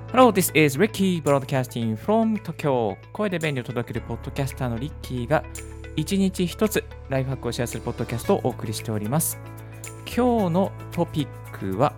Hello, this is Ricky broadcasting from Tokyo. 声で便利を届けるポッドキャスターのリッキーが一日一つライフハックをシェアするポッドキャストをお送りしております。今日のトピックは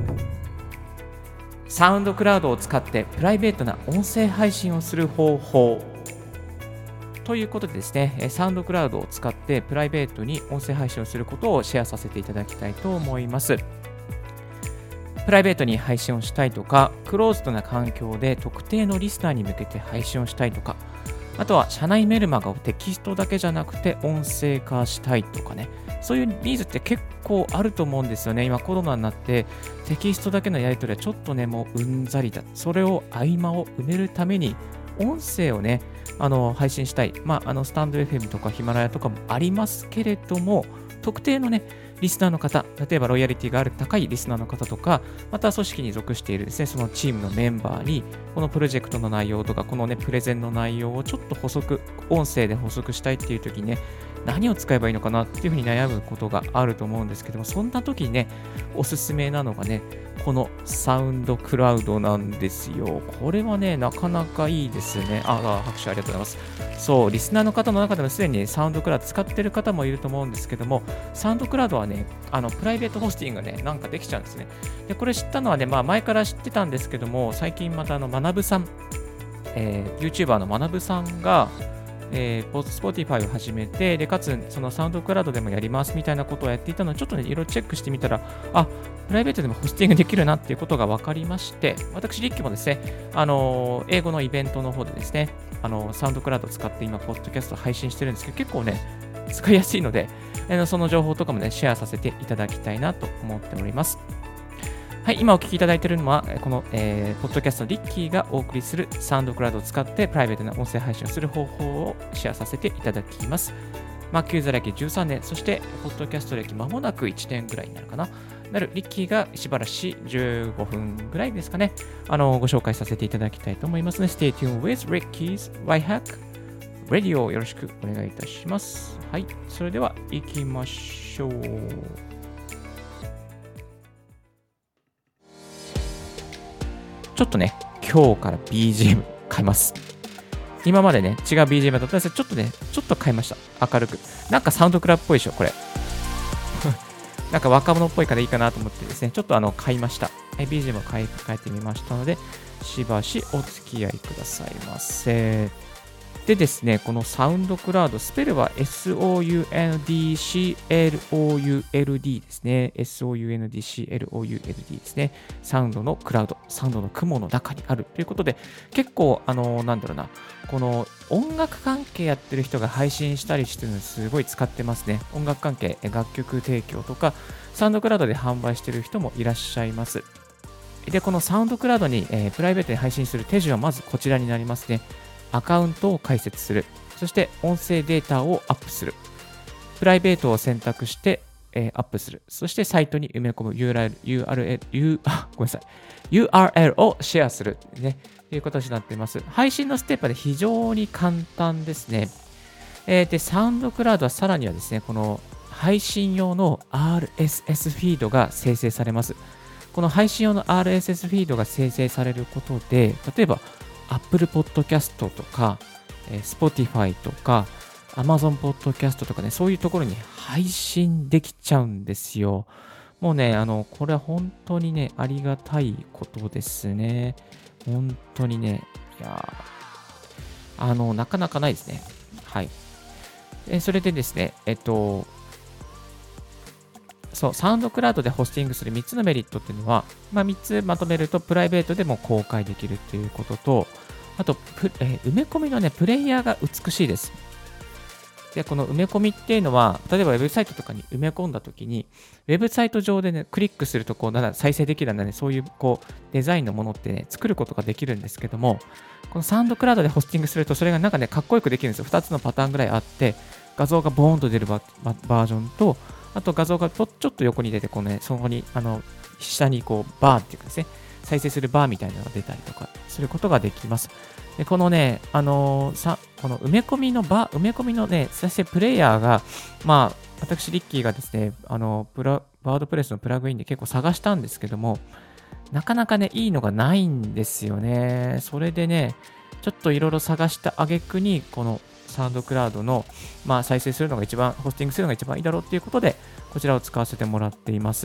サウンドクラウドを使ってプライベートな音声配信をする方法ということでですね、サウンドクラウドを使ってプライベートに音声配信をすることをシェアさせていただきたいと思います。プライベートに配信をしたいとか、クローズドな環境で特定のリスナーに向けて配信をしたいとか、あとは社内メルマガをテキストだけじゃなくて音声化したいとかね、そういうニーズって結構あると思うんですよね。今コロナになってテキストだけのやり取りはちょっとね、もううんざりだ。それを合間を埋めるために音声をね、配信したい。スタンド FM とかヒマラヤとかもありますけれども、特定のね、リスナーの方、例えばロイヤリティがある高いリスナーの方とか、また組織に属しているですね、そのチームのメンバーに、このプロジェクトの内容とか、このね、プレゼンの内容をちょっと音声で補足したいっていう時にね、何を使えばいいのかなっていうふうに悩むことがあると思うんですけども、そんな時にね、おすすめなのがね、このサウンドクラウドなんですよ。これはね、なかなかいいですね。拍手ありがとうございます。そう、リスナーの方の中でもすでに、サウンドクラウド使ってる方もいると思うんですけども、サウンドクラウドはね、プライベートホスティングがね、なんかできちゃうんですね。で、これ知ったのはね、前から知ってたんですけども、最近また学さん、YouTuber の学さんが、Spotify を始めて、で、かつ、そのサウンドクラウドでもやりますみたいなことをやっていたので、ちょっとね、いろいろチェックしてみたら、プライベートでもホスティングできるなっていうことが分かりまして、私、リッキーもですね、英語のイベントの方でですね、サウンドクラウドを使って今、ポッドキャストを配信してるんですけど、結構ね、使いやすいので、その情報とかもね、シェアさせていただきたいなと思っております。はい、今お聞きいただいているのは、この、ポッドキャストリッキーがお送りするサウンドクラウドを使ってプライベートな音声配信をする方法をシェアさせていただきます。Mac ユーザー歴13年、そして、ポッドキャスト歴間もなく1年ぐらいになるかな。リッキーがしばらし15分ぐらいですかね、ご紹介させていただきたいと思いますので、Stay tuned with Ricky's Yhack Radio よろしくお願いいたします。はい、それでは行きましょう。ちょっとね、今日から BGM 変えます。今までね、違う BGM だったんですけど、ちょっと変えました。明るく。なんかサウンドクラブっぽいでしょ、これ。なんか若者っぽいからいいかなと思ってですね、ちょっと変えました。BGM を変えてみましたので、しばしお付き合いくださいませ。でですね、このサウンドクラウド、スペルは SOUNDCLOULD ですね。SOUNDCLOULD ですね。サウンドのクラウド、サウンドの雲の中にあるということで、結構、この音楽関係やってる人が配信したりしてるのすごい使ってますね。音楽関係、楽曲提供とか、サウンドクラウドで販売してる人もいらっしゃいます。で、このサウンドクラウドに、プライベートに配信する手順はまずこちらになりますね。アカウントを開設する。そして音声データをアップする。プライベートを選択して、アップする。そしてサイトに埋め込む URL をシェアする。ね。という形になっています。配信のステップで非常に簡単ですね。で、サウンドクラウドはさらにはですね、この配信用の RSS フィードが生成されます。この配信用の RSS フィードが生成されることで、例えばApple Podcast とか、Spotify とか、Amazon Podcast とかね、そういうところに配信できちゃうんですよ。もうね、これは本当にね、ありがたいことですね。本当にね、いやなかなかないですね。はい。それでですね、そう、サウンドクラウドでホスティングする3つのメリットっていうのは、3つまとめると、プライベートでも公開できるっていうことと、あと、埋め込みのね、プレイヤーが美しいです。で、この埋め込みっていうのは、例えばウェブサイトとかに埋め込んだときに、ウェブサイト上でね、クリックすると、再生できるようなね、そういう、デザインのものってね、作ることができるんですけども、このサウンドクラウドでホスティングすると、それがなんかね、かっこよくできるんですよ。2つのパターンぐらいあって、画像がボーンと出るバージョンと、あと画像がちょっと横に出て、そこに、下にバーっていうかですね、再生するバーみたいなのが出たりとかすることができます。で、このね、この埋め込みのね、再生プレイヤーが、私、リッキーがですね、ワードプレスのプラグインで結構探したんですけども、 なかなかね、いいのがないんですよね。それでね、ちょっといろいろ探した挙句に、このサウンドクラウドの、再生するのが一番、ホスティングするのが一番いいだろうっていうことで、こちらを使わせてもらっています。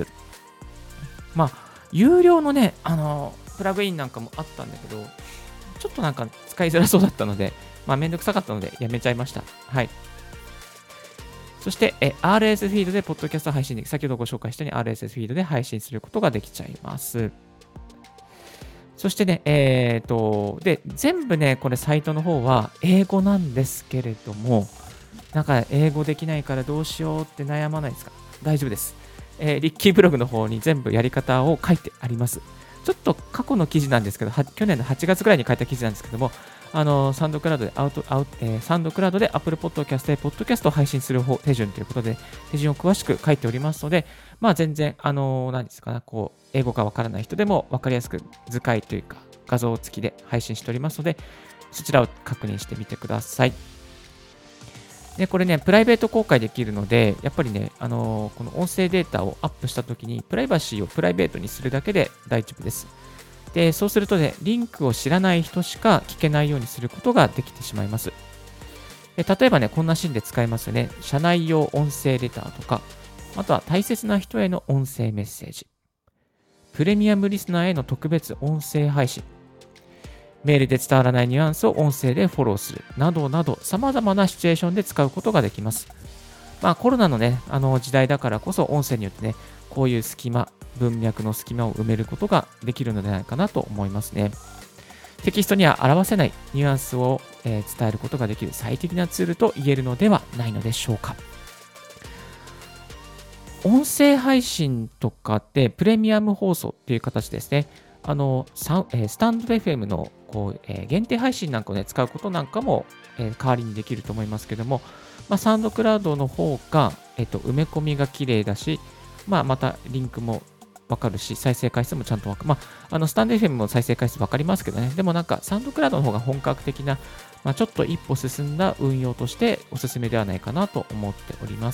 有料のね、プラグインなんかもあったんだけど、ちょっとなんか使いづらそうだったので、めんどくさかったのでやめちゃいました。はい。そして、RSS フィードでポッドキャスト配信でき、先ほどご紹介したように RSS フィードで配信することができちゃいます。そしてね、で、全部ね、これサイトの方は英語なんですけれども、なんか英語できないからどうしようって悩まないですか？大丈夫です。リッキーブログの方に全部やり方を書いてあります。ちょっと過去の記事なんですけど、去年の8月ぐらいに書いた記事なんですけども、サウンドクラウドでサウンドクラウドで Apple Podcast でポッドキャストを配信する手順ということで、手順を詳しく書いておりますので、全然、何ですかね、英語がわからない人でもわかりやすく図解というか、画像付きで配信しておりますので、そちらを確認してみてください。で、これね、プライベート公開できるので、やっぱりね、この音声データをアップしたときに、プライバシーをプライベートにするだけで大丈夫です。で、そうするとね、リンクを知らない人しか聞けないようにすることができてしまいます。で、例えばね、こんなシーンで使えますよね。社内用音声レターとか、あとは大切な人への音声メッセージ。プレミアムリスナーへの特別音声配信。メールで伝わらないニュアンスを音声でフォローする。などなど、様々なシチュエーションで使うことができます。コロナのね、時代だからこそ音声によってね、こういう隙間、文脈の隙間を埋めることができるのではないかなと思いますね。テキストには表せないニュアンスを、伝えることができる最適なツールと言えるのではないのでしょうか。音声配信とかってプレミアム放送っていう形ですね。スタンド FM の限定配信なんかをね、使うことなんかも、代わりにできると思いますけども、サウンドクラウドの方が、埋め込みが綺麗だし、またリンクもわかるし、再生回数もちゃんとわかる。スタンド FM も再生回数わかりますけどね、でもなんかサウンドクラウドの方が本格的な、ちょっと一歩進んだ運用としておすすめではないかなと思っております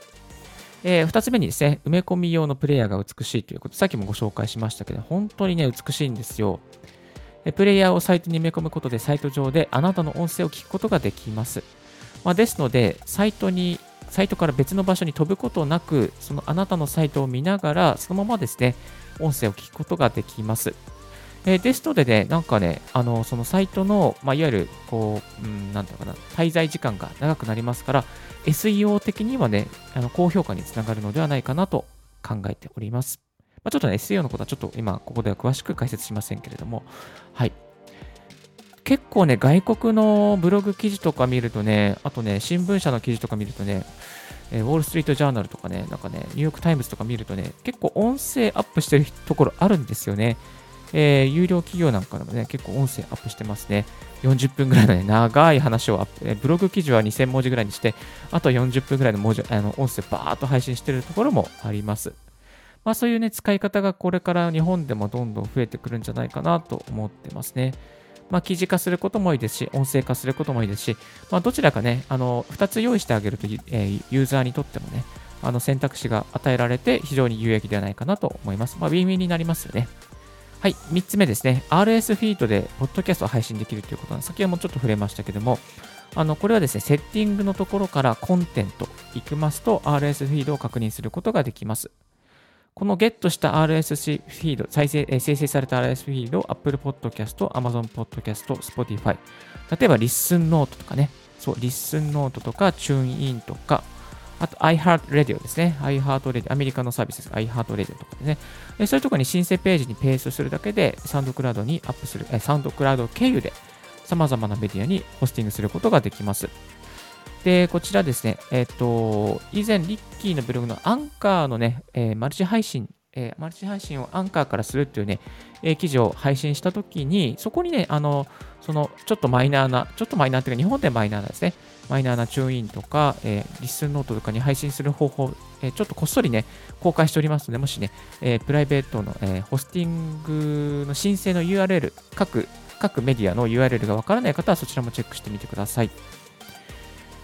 。2つ目にですね、埋め込み用のプレイヤーが美しいということ、さっきもご紹介しましたけど、本当にね、美しいんですよ。プレイヤーをサイトに埋め込むことで、サイト上であなたの音声を聞くことができます。ですので、サイトから別の場所に飛ぶことなく、そのあなたのサイトを見ながら、そのままですね、音声を聞くことができます。ですのでね、なんかね、そのサイトの、いわゆる、なんていうのかな、滞在時間が長くなりますから、SEO 的にはね、高評価につながるのではないかなと考えております。ちょっとね、SEO のことはちょっと今、ここでは詳しく解説しませんけれども、はい。結構ね、外国のブログ記事とか見るとね、あとね、新聞社の記事とか見るとね、ウォールストリートジャーナルとかね、なんかね、ニューヨークタイムズとか見るとね、結構音声アップしてるところあるんですよね。有料企業なんかでもね、結構音声アップしてますね。40分ぐらいのね、長い話をブログ記事は2000文字ぐらいにして、あと40分ぐらいの音声バーっと配信してるところもあります。そういうね、使い方がこれから日本でもどんどん増えてくるんじゃないかなと思ってますね。記事化することもいいですし、音声化することもいいですし、どちらかね、2つ用意してあげると、ユーザーにとってもね、選択肢が与えられて非常に有益ではないかなと思います。ウィンウィンになりますよね。はい、3つ目ですね。RS フィードで、ポッドキャストを配信できるということなんです。先ほどもちょっと触れましたけども、これはですね、セッティングのところからコンテント行きますと、RS フィードを確認することができます。このゲットした RSS フィード、生成された RS フィードを Apple Podcast、Amazon Podcast、Spotify、例えば Listen Note とかね、Listen Note とか TuneIn とか、あと iHeartRadio ですね。iHeartRadio、アメリカのサービスです。iHeartRadio とかですね。そういうところに申請ページにペーストするだけで、サウンドクラウドにアップする、サウンドクラウド経由で様々なメディアにホスティングすることができます。で、こちらですね、以前、リッキーのブログのアンカーのね、マルチ配信をアンカーからするっていうね、記事を配信したときに、そこにね、ちょっとマイナーっていうか、日本でマイナーなですね、マイナーなチューンインとか、リッスンノートとかに配信する方法、ちょっとこっそりね、公開しておりますので、もしね、プライベートの、ホスティングの申請の URL、各メディアの URL がわからない方は、そちらもチェックしてみてください。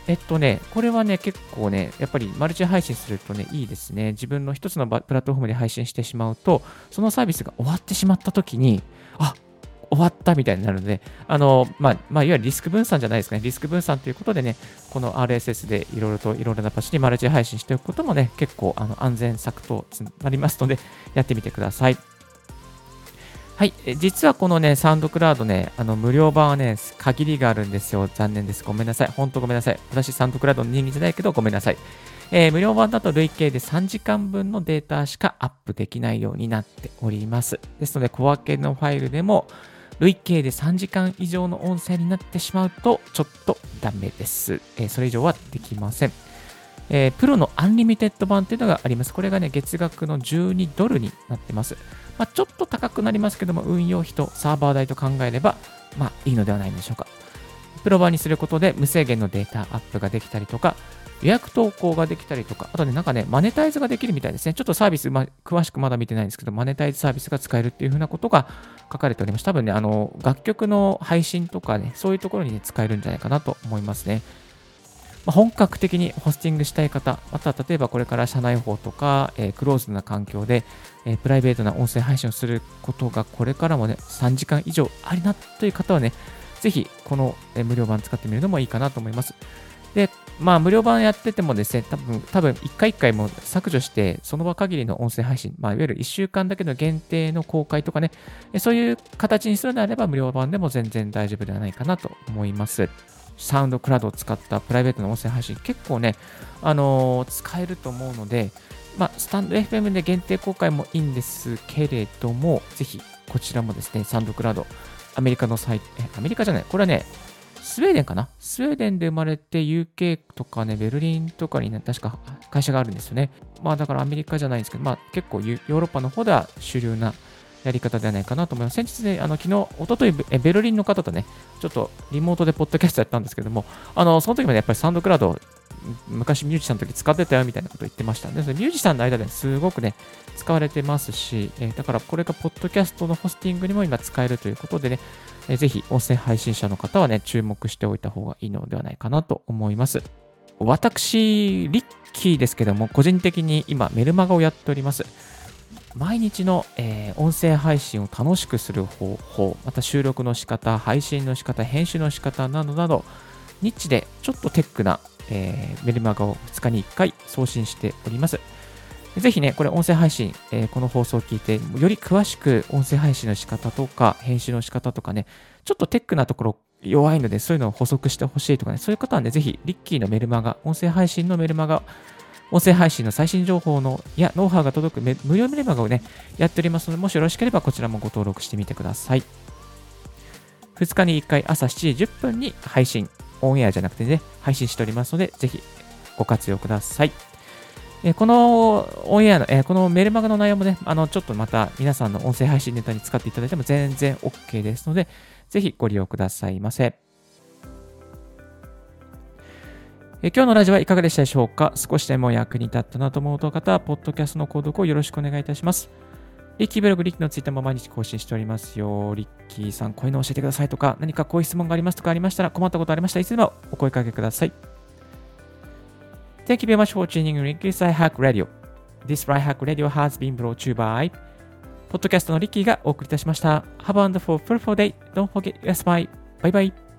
これはね、結構ね、やっぱりマルチ配信するとね、いいですね。自分の一つのプラットフォームで配信してしまうと、そのサービスが終わってしまった時に、あ、終わったみたいになるので、いわゆるリスク分散じゃないですかね。リスク分散ということでね、この RSS でいろいろな場所にマルチ配信しておくこともね、結構安全策となりますので、やってみてください。はい、実はこのね、サウンドクラウドね、無料版はね、限りがあるんですよ。残念です。ごめんなさい。本当ごめんなさい。私、サウンドクラウドの人間じゃないけど、ごめんなさい。無料版だと累計で3時間分のデータしかアップできないようになっております。ですので、小分けのファイルでも、累計で3時間以上の音声になってしまうと、ちょっとダメです。それ以上はできません。プロのアンリミテッド版というのがあります。これがね、月額の12ドルになってます。ちょっと高くなりますけども、運用費とサーバー代と考えれば、いいのではないでしょうか。プロ版にすることで無制限のデータアップができたりとか、予約投稿ができたりとか、あとね、マネタイズができるみたいですね。ちょっとサービス、詳しくまだ見てないんですけど、マネタイズサービスが使えるっていう風なことが書かれております。多分ね、楽曲の配信とかね、そういうところにね、使えるんじゃないかなと思いますね。本格的にホスティングしたい方、または例えばこれから社内法とか、クローズドな環境で、プライベートな音声配信をすることがこれからもね、3時間以上ありなという方はね、ぜひこの、無料版使ってみるのもいいかなと思います。で、無料版やっててもですね、多分1回1回も削除して、その場限りの音声配信、いわゆる1週間だけの限定の公開とかね、そういう形にするのであれば無料版でも全然大丈夫ではないかなと思います。サウンドクラウドを使ったプライベートな音声配信、結構ね、使えると思うので、スタンド FM で限定公開もいいんですけれども、ぜひこちらもですね、サウンドクラウド、アメリカのアメリカじゃない、これはね、スウェーデンかなスウェーデンで生まれて UK とかね、ベルリンとかにね、確か会社があるんですよね。だからアメリカじゃないんですけど、結構ヨーロッパの方では主流なやり方ではないかなと思います。先日ね、一昨日ベルリンの方とね、ちょっとリモートでポッドキャストやったんですけども、その時もね、やっぱりサウンドクラウド、昔ミュージシャンの時使ってたよみたいなこと言ってました。で、ミュージシャンの間ですごくね、使われてますし、だからこれがポッドキャストのホスティングにも今使えるということでね、ぜひ音声配信者の方はね、注目しておいた方がいいのではないかなと思います。私、リッキーですけども、個人的に今メルマガをやっております。毎日の、音声配信を楽しくする方法、また収録の仕方、配信の仕方、編集の仕方などなど、ニッチでちょっとテックな、メルマガを2日に1回送信しております。ぜひね、これ音声配信、この放送を聞いて、より詳しく音声配信の仕方とか、編集の仕方とかね、ちょっとテックなところ弱いので、そういうのを補足してほしいとかね、そういう方はね、ぜひ、リッキーのメルマガ、音声配信のメルマガ、音声配信の最新情報やノウハウが届く無料メルマガをね、やっておりますので、もしよろしければこちらもご登録してみてください。2日に1回朝7時10分に配信、オンエアじゃなくてね、配信しておりますので、ぜひご活用ください。このオンエアの、このメルマガの内容もね、ちょっとまた皆さんの音声配信ネタに使っていただいても全然 OK ですので、ぜひご利用くださいませ。今日のラジオはいかがでしたでしょうか？少しでも役に立ったなと思う方は、ポッドキャストの購読をよろしくお願いいたします。リッキーブログ、リッキーのツイッターも毎日更新しておりますよ。リッキーさん、こういうの教えてくださいとか、何かこういう質問がありますとかありましたら、困ったことありましたらいつでもお声掛けください。Thank you very much for tuning in Ricky's Lifehack Radio. This Lifehack Radio has been brought to you by ポッドキャストのリッキーがお送りいたしました。Have a wonderful, fruitful day. Don't forget your smile. Bye bye.